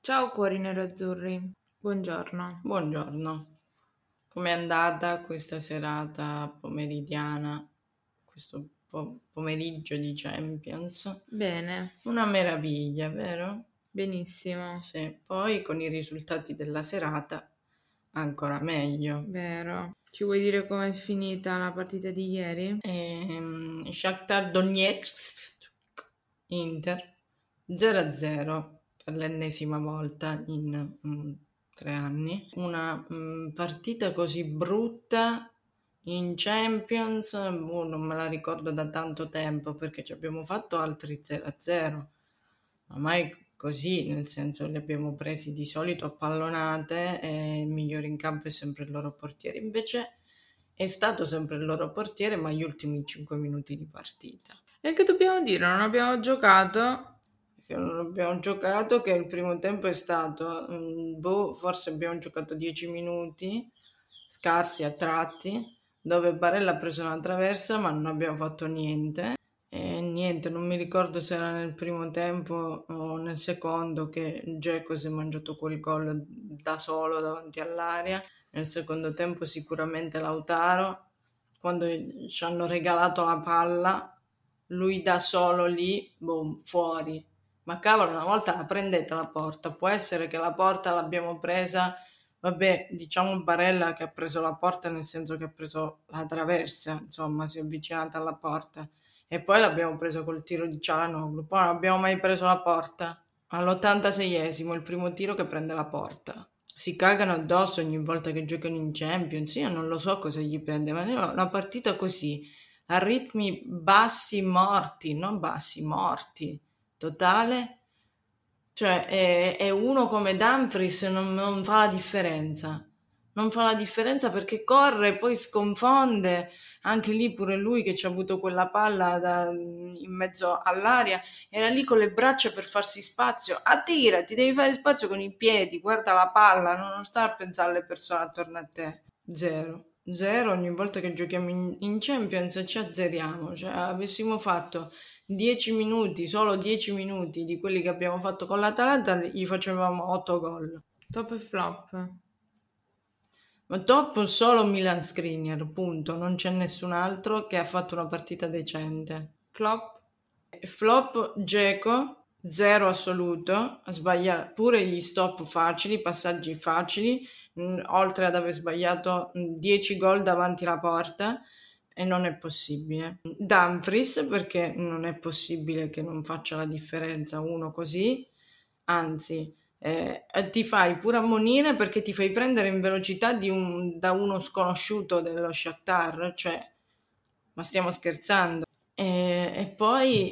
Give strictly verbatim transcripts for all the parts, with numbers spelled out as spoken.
Ciao cuori nerazzurri, buongiorno. Buongiorno, com'è andata questa serata pomeridiana, questo po- pomeriggio di Champions? Bene, Una meraviglia, vero? benissimo, Sì, poi con i risultati della serata ancora meglio. vero. Ci vuoi dire com'è finita la partita di ieri? Ehm, Shakhtar Donetsk Inter zero a zero per l'ennesima volta in mm, tre anni. Una mm, partita così brutta in Champions, boh, non me la ricordo da tanto tempo perché ci abbiamo fatto altri zero a zero, ma mai così, nel senso li abbiamo presi di solito a pallonate e il migliore in campo è sempre il loro portiere. Invece è stato sempre il loro portiere, ma gli ultimi cinque minuti di partita. E che dobbiamo dire? Non abbiamo giocato? Perché non abbiamo giocato, che il primo tempo è stato, mm, boh, forse abbiamo giocato dieci minuti, scarsi a tratti, dove Barella ha preso una traversa, ma non abbiamo fatto niente. E niente, non mi ricordo se era nel primo tempo o nel secondo che Dzeko si è mangiato quel gol da solo davanti all'aria. Nel secondo tempo sicuramente Lautaro, quando ci hanno regalato la palla, lui da solo lì, boom, fuori. Ma cavolo, una volta la prendete la porta, può essere che la porta l'abbiamo presa, vabbè, diciamo Barella che ha preso la porta nel senso che ha preso la traversa, insomma, si è avvicinata alla porta. E poi l'abbiamo preso col tiro di Cialanoglu, poi non abbiamo mai preso la porta. All'ottantaseiesimo il primo tiro che prende la porta. Si cagano addosso ogni volta che giocano in Champions, io non lo so cosa gli prende, ma è una partita così, a ritmi bassi morti, non bassi morti, totale, cioè è, è uno come Dumfries non, non fa la differenza, non fa la differenza perché corre, poi sconfonde, anche lì pure lui che ci ha avuto quella palla da- in mezzo all'aria, era lì con le braccia per farsi spazio, attira, ti devi fare spazio con i piedi, guarda la palla, non, non sta a pensare alle persone attorno a te, zero. Zero, ogni volta che giochiamo in, in Champions ci azzeriamo, cioè avessimo fatto dieci minuti, solo dieci minuti di quelli che abbiamo fatto con l'Atalanta, gli facevamo otto gol. Top e flop. Ma top solo Milan Skriniar, punto. Non c'è nessun altro che ha fatto una partita decente. Flop? Flop Dzeko, zero assoluto, sbaglia pure gli stop facili, passaggi facili, mh, oltre ad aver sbagliato mh, dieci gol davanti alla porta e non è possibile. Dumfries perché non è possibile che non faccia la differenza uno così, anzi eh, ti fai pure ammonire perché ti fai prendere in velocità di un- da uno sconosciuto dello Shakhtar, cioè ma stiamo scherzando. E, e poi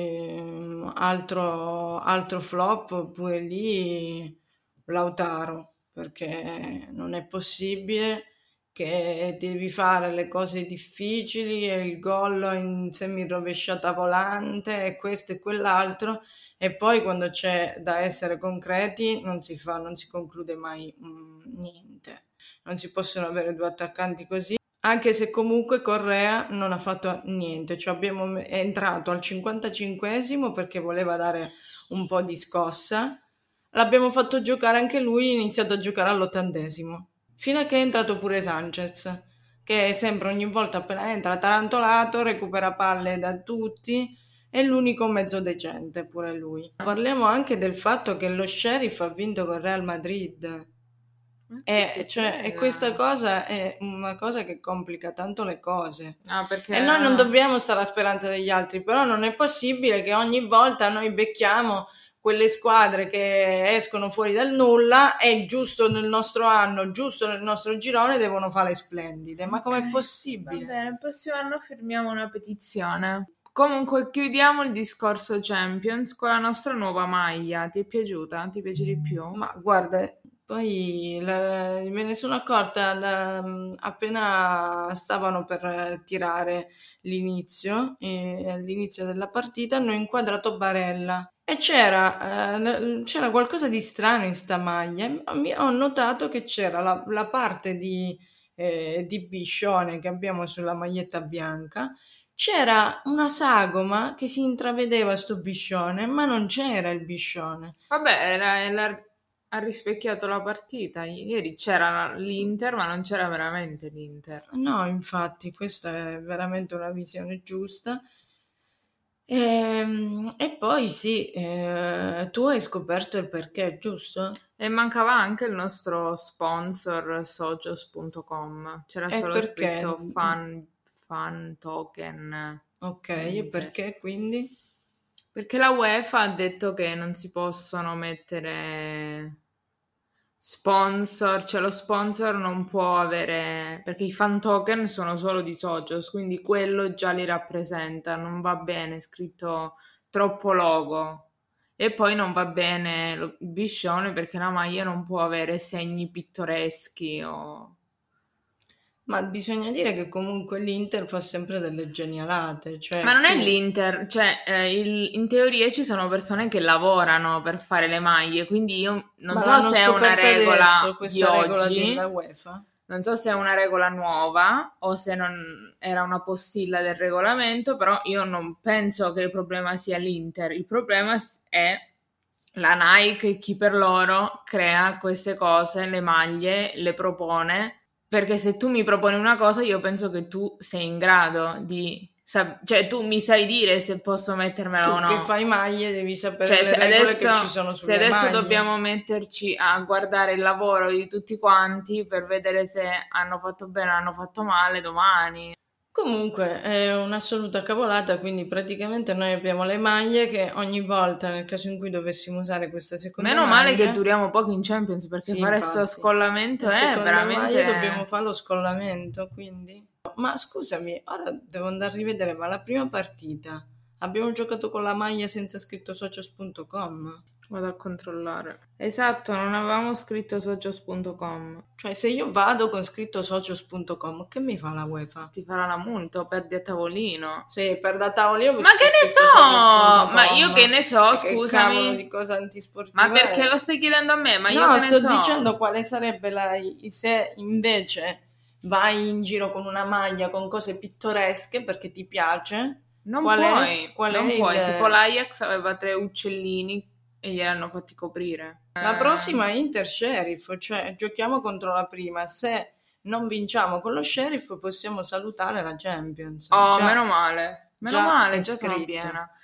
ehm, altro, altro flop pure lì Lautaro, perché non è possibile che devi fare le cose difficili e il gol in semirovesciata volante e questo e quell'altro e poi quando c'è da essere concreti non si fa, non si conclude mai mm, niente. Non si possono avere due attaccanti così anche se comunque Correa non ha fatto niente, cioè abbiamo, è entrato al cinquantacinquesimo perché voleva dare un po' di scossa, l'abbiamo fatto giocare anche lui, ha iniziato a giocare all'ottantesimo, fino a che è entrato pure Sanchez, che sembra ogni volta appena entra tarantolato, recupera palle da tutti, è l'unico mezzo decente pure lui. Parliamo anche del fatto che lo Sheriff ha vinto con Real Madrid. Ma che E, ti cioè, e questa frega? cosa è una cosa che complica tanto le cose. Ah, perché... E noi non dobbiamo stare a speranza degli altri, però non è possibile che ogni volta noi becchiamo quelle squadre che escono fuori dal nulla e giusto nel nostro anno, giusto nel nostro girone devono fare le splendide. Ma Ok, com'è va possibile? bene, il prossimo anno firmiamo una petizione. Comunque chiudiamo il discorso Champions con la nostra nuova maglia. Ti è piaciuta? Ti piace di più? Ma guarda, poi la- me ne sono accorta la- appena stavano per tirare l'inizio, e all'inizio della partita hanno inquadrato Barella e c'era, eh, c'era qualcosa di strano in sta maglia. E mi- Ho notato che c'era la, la parte di, eh, di biscione che abbiamo sulla maglietta bianca. C'era una sagoma che si intravedeva sto biscione, ma non c'era il biscione. Vabbè, era, era ha rispecchiato la partita. Ieri c'era l'Inter, ma non c'era veramente l'Inter. No, infatti, questa è veramente una visione giusta. E, e poi sì, eh, tu hai scoperto il perché, giusto? E mancava anche il nostro sponsor socios punto com. C'era E solo perché? scritto fan, fan token. Ok, e Inter. perché quindi? Perché la UEFA ha detto che non si possono mettere sponsor, cioè lo sponsor non può avere, perché i fan token sono solo di Socios, quindi quello già li rappresenta, non va bene, scritto troppo logo. E poi non va bene lo- il biscione perché la maglia non può avere segni pittoreschi o... Ma bisogna dire che comunque l'Inter fa sempre delle genialate, cioè Ma non è tu... l'Inter, cioè eh, il- in teoria ci sono persone che lavorano per fare le maglie, quindi io non Ma so l'hanno se è una scoperta regola adesso di questa regola oggi, della UEFA? non so se è una regola nuova o se non era una postilla del regolamento, però io non penso che il problema sia l'Inter, il problema s- è la Nike, e chi per loro crea queste cose, le maglie, le propone, perché se tu mi proponi una cosa io penso che tu sei in grado di, sab- cioè tu mi sai dire se posso mettermela o Tu che no. fai maglie devi sapere Cioè, le se regole adesso, che ci sono se sulle adesso maglie. dobbiamo metterci a guardare il lavoro di tutti quanti per vedere se hanno fatto bene o hanno fatto male domani. Comunque è un'assoluta cavolata, quindi praticamente noi abbiamo le maglie che ogni volta, nel caso in cui dovessimo usare questa seconda Meno male che maglia, duriamo poco in Champions perché sì, fare sto infatti, scollamento la è seconda maglia dobbiamo veramente... fare lo scollamento, quindi... Ma scusami, ora devo andare a rivedere, ma la prima partita abbiamo giocato con la maglia senza scritto socios punto com? Vado a controllare. Esatto, non avevamo scritto socios punto com. Cioè, se io vado con scritto socios punto com, che mi fa la UEFA? Ti farà la multa o perdi a tavolino. Sì, per da tavolino Ma che ne so? Ma io che ne so, E che cavolo di scusami. cosa antisportiva Ma perché è? lo stai chiedendo a me? Ma io No, che ne sto so? dicendo quale sarebbe la... se invece vai in giro con una maglia con cose pittoresche perché ti piace, Non qual è, puoi, qual è non puoi. Tipo il... l'Ajax aveva tre uccellini e gliel'hanno fatti coprire. La Eh, prossima è Inter-Sheriff, cioè giochiamo contro la prima. Se non vinciamo con lo Sheriff possiamo salutare la Champions. Oh, meno Già, male. Meno già è male, già sono scritto. piena.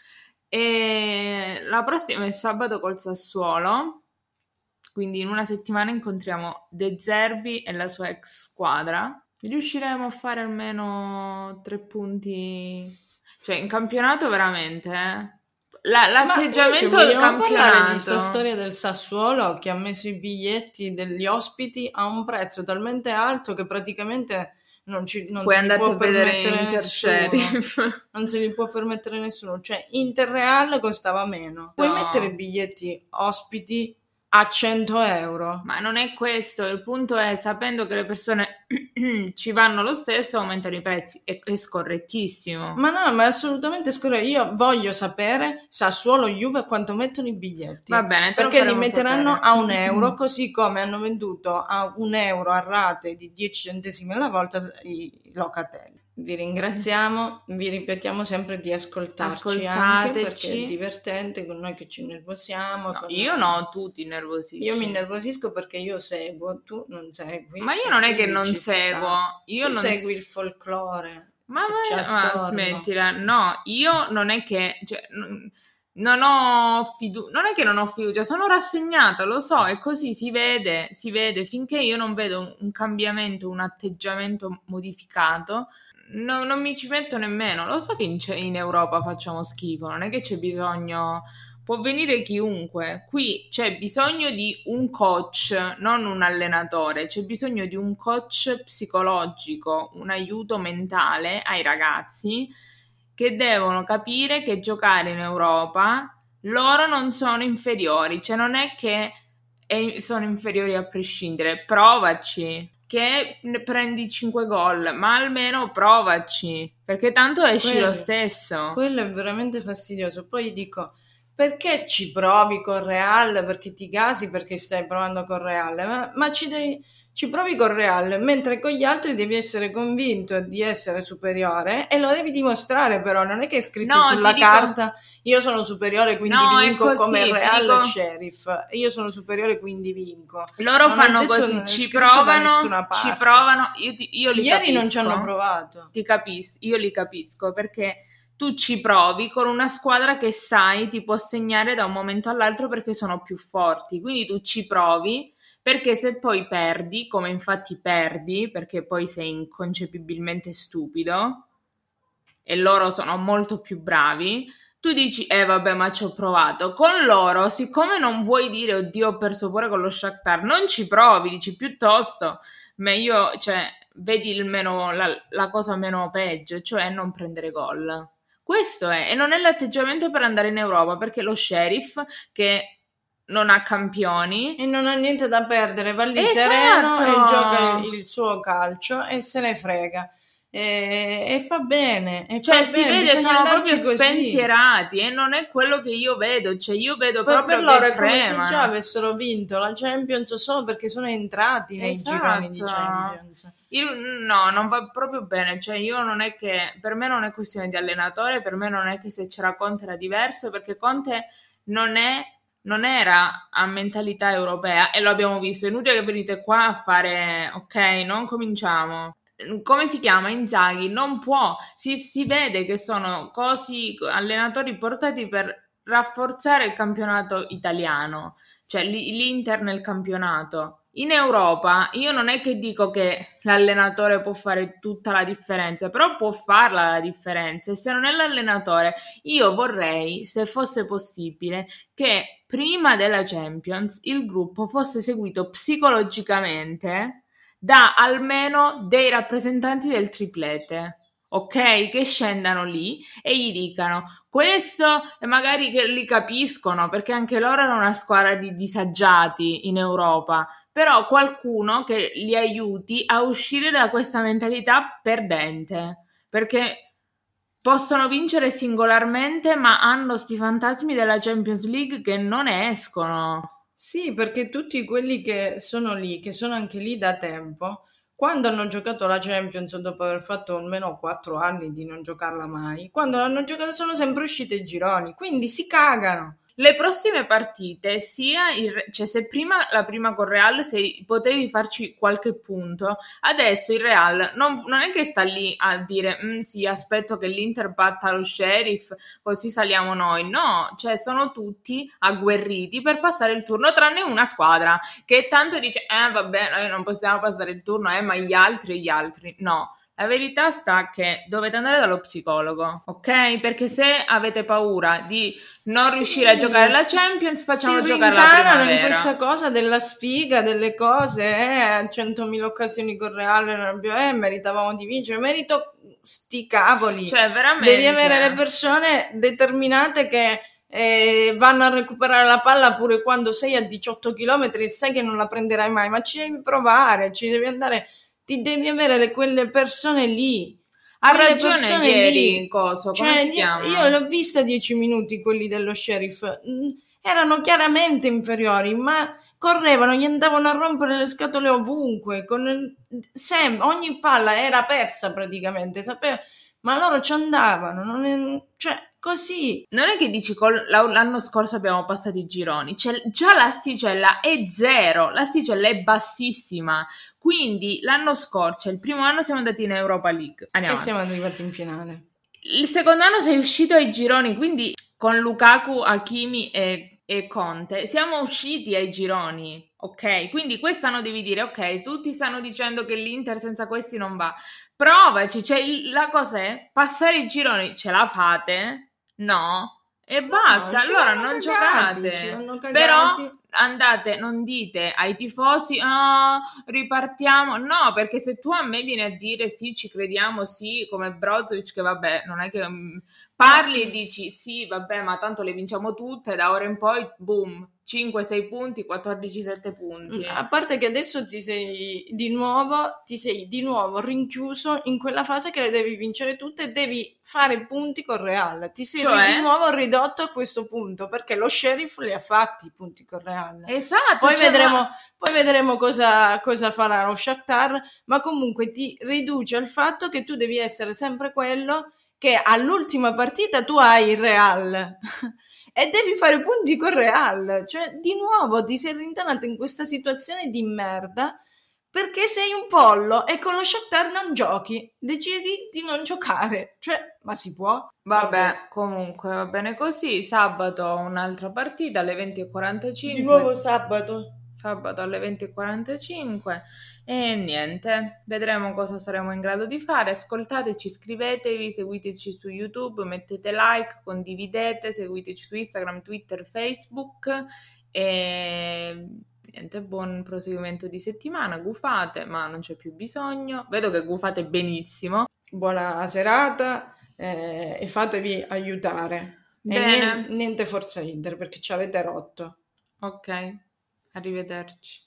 E la prossima è sabato col Sassuolo. Quindi in una settimana incontriamo De Zerbi e la sua ex squadra. Riusciremo a fare almeno tre punti. Cioè, in campionato veramente, eh. La- Ma invece l'atteggiamento del vogliamo parlare di sta campionato. storia del Sassuolo che ha messo i biglietti degli ospiti a un prezzo talmente alto che praticamente non, ci, non Puoi se li andarti può a vedere permettere Inter nessuno. Sheriff. Non se li può permettere nessuno. Cioè, Interreal costava meno. Puoi mettere i No. biglietti ospiti a cento euro. Ma non è questo, il punto è sapendo che le persone ci vanno lo stesso, aumentano i prezzi. È, è scorrettissimo. Ma no, ma è assolutamente scorretto. Io voglio sapere Sassuolo Juve quanto mettono i biglietti. Va bene, te lo Perché li faremo metteranno sapere. a un euro, così come hanno venduto a un euro a rate di dieci centesimi alla volta i locatelli. Vi ringraziamo, vi ripetiamo sempre di ascoltarci anche perché è Ascoltateci. divertente con noi che ci nervosiamo. No, con- io no, tu ti nervosisci. Io mi innervosisco perché io seguo, tu non segui. Ma io e non è che quindi non ci seguo. sta. Io Tu non segui s- il folklore Ma, che c'è ma, ma attorno. smettila, no, io non è che, cioè, n- non ho fiducia, non è che non ho fiducia, sono rassegnata, lo so, e così si vede, si vede, finché io non vedo un, un cambiamento, un atteggiamento modificato, no- non mi ci metto nemmeno, lo so che in, in Europa facciamo schifo, non è che c'è bisogno, può venire chiunque, qui c'è bisogno di un coach, non un allenatore, c'è bisogno di un coach psicologico, un aiuto mentale ai ragazzi che devono capire che giocare in Europa loro non sono inferiori, cioè non è che è- sono inferiori a prescindere, provaci, che ne prendi cinque gol, ma almeno provaci, perché tanto esci lo Quello, stesso. quello è veramente fastidioso. Poi dico, perché ci provi col Real, perché ti gasi, perché stai provando col Real, ma, ma ci devi, ci provi col Real, mentre con gli altri devi essere convinto di essere superiore e lo devi dimostrare, però non è che è scritto No, ti sulla dico, carta io sono superiore quindi no, è vinco come il così, ti Real dico, Sheriff, io sono superiore quindi vinco. loro Non è fanno detto, così, non è ci scritto da provano, nessuna ci parte. provano, io, ti- io li Ieri non ci hanno capisco, provato. ti capisco, io li capisco perché tu ci provi con una squadra che sai ti può segnare da un momento all'altro perché sono più forti, quindi tu ci provi perché se poi perdi, come infatti perdi, perché poi sei inconcepibilmente stupido e loro sono molto più bravi, tu dici, eh vabbè, ma ci ho provato. Con loro, siccome non vuoi dire, oddio, ho perso pure con lo Shakhtar, non ci provi, dici piuttosto, meglio, cioè, vedi il meno, la, la cosa meno peggio, cioè non prendere gol. Questo è, e non è l'atteggiamento per andare in Europa, perché lo Sheriff, che non ha campioni, E non ha niente da perdere, va lì sereno e gioca esatto! il, il suo calcio e se ne frega. E, e fa bene, e Cioè, fa si bene, vede, bisogna sono proprio andarci così. spensierati e non è quello che io vedo, cioè io vedo Per, per proprio loro che è come se già tremano. avessero vinto la Champions solo perché sono entrati nei gironi di Esatto. Champions. Io- no, non va proprio bene, cioè io non è che, per me non è questione di allenatore, per me non è che se c'era Conte era diverso, perché Conte non è, non era a mentalità europea e lo abbiamo visto, è inutile che venite qua a fare, ok, non cominciamo. Come si chiama? Inzaghi non può, si, si vede che sono così allenatori portati per rafforzare il campionato italiano, cioè l'Inter nel campionato. In Europa io non è che dico che l'allenatore può fare tutta la differenza, però può farla la differenza e se non è l'allenatore io vorrei, se fosse possibile, che prima della Champions il gruppo fosse seguito psicologicamente da almeno dei rappresentanti del triplete, ok? Che scendano lì e gli dicano questo e magari che li capiscono perché anche loro erano una squadra di disagiati in Europa, però qualcuno che li aiuti a uscire da questa mentalità perdente, perché possono vincere singolarmente ma hanno sti fantasmi della Champions League che non escono. Sì, perché tutti quelli che sono lì, che sono anche lì da tempo, quando hanno giocato la Champions dopo aver fatto almeno quattro anni di non giocarla mai, quando l'hanno giocata sono sempre usciti ai gironi, quindi si cagano. Le prossime partite, sia il, cioè se prima la prima con Real sei, potevi farci qualche punto, adesso il Real non, non è che sta lì a dire "Mm, sì, aspetto che l'Inter batta lo Sheriff, così saliamo noi". No, cioè sono tutti agguerriti per passare il turno, tranne una squadra che tanto dice eh vabbè, noi non possiamo passare il turno, eh, ma gli altri, gli altri. No. La verità sta che dovete andare dallo psicologo, ok? Perché se avete paura di non riuscire a giocare Sì, la si, Champions, si facciamo giocare la rintanano in questa primavera. cosa della sfiga, delle cose, eh, centomila occasioni con Reale, non abbiamo- eh, meritavamo di vincere, merito sti cavoli. Cioè, Devi avere le veramente. persone determinate che eh, vanno a recuperare la palla pure quando sei a diciotto chilometri e sai che non la prenderai mai, ma ci devi provare, ci devi andare, ti devi avere le- quelle persone lì. Ha Quelle ragione persone ieri, lì, coso, come cioè si io, io chiama? l'ho vista dieci minuti quelli dello sheriff, mm, erano chiaramente inferiori, ma correvano, gli andavano a rompere le scatole ovunque, con, sem- ogni palla era persa praticamente, sapeva, ma loro ci andavano, non è- cioè così. Non è che dici col- la- l'anno scorso abbiamo passato i gironi, cioè, già l'asticella è zero, l'asticella è bassissima, quindi l'anno scorso, il primo anno siamo andati in Europa League, E andiamo siamo avanti. arrivati in finale. Il secondo anno sei uscito ai gironi, quindi con Lukaku, Hakimi e, e Conte siamo usciti ai gironi, ok? Quindi quest'anno devi dire, ok, tutti stanno dicendo che l'Inter senza questi non va. Provaci, cioè il- la cosa è passare i gironi, ce la fate? No? E No, basta, ci allora vanno non cagati, ci giocate. vanno Però cagati. andate, non dite ai tifosi, ah, ripartiamo. No, perché se tu a me vieni a dire sì, ci crediamo, sì, come Brozovic, che vabbè, non è che mm, parli e dici sì, vabbè, ma tanto le vinciamo tutte, da ora in poi, boom, cinque sei punti, quattordici sette punti. A parte che adesso ti sei di nuovo, ti sei di nuovo rinchiuso in quella fase che le devi vincere tutte e devi fare punti con Real. Ti sei Cioè? di nuovo ridotto a questo punto perché lo sheriff li ha fatti i punti con Real. Esatto. Poi cioè, vedremo, ma... poi vedremo cosa, cosa farà lo Shakhtar, ma comunque ti riduce al fatto che tu devi essere sempre quello che all'ultima partita tu hai il Real e devi fare punti con Real, cioè di nuovo ti sei rintanato in questa situazione di merda perché sei un pollo e con lo Shakhtar non giochi, decidi di non giocare, cioè ma si può? Vabbè, Vabbè. comunque va bene così, sabato un'altra partita alle venti e quarantacinque. Di nuovo sabato. Sabato alle venti e quarantacinque e niente, vedremo cosa saremo in grado di fare. Ascoltateci, iscrivetevi, seguiteci su YouTube, mettete like, condividete, seguiteci su Instagram, Twitter, Facebook e niente, buon proseguimento di settimana, gufate, ma non c'è più bisogno. Vedo che gufate benissimo. Buona serata eh, e fatevi aiutare. Bene. E niente, niente Forza Inter perché ci avete rotto. Ok, arrivederci.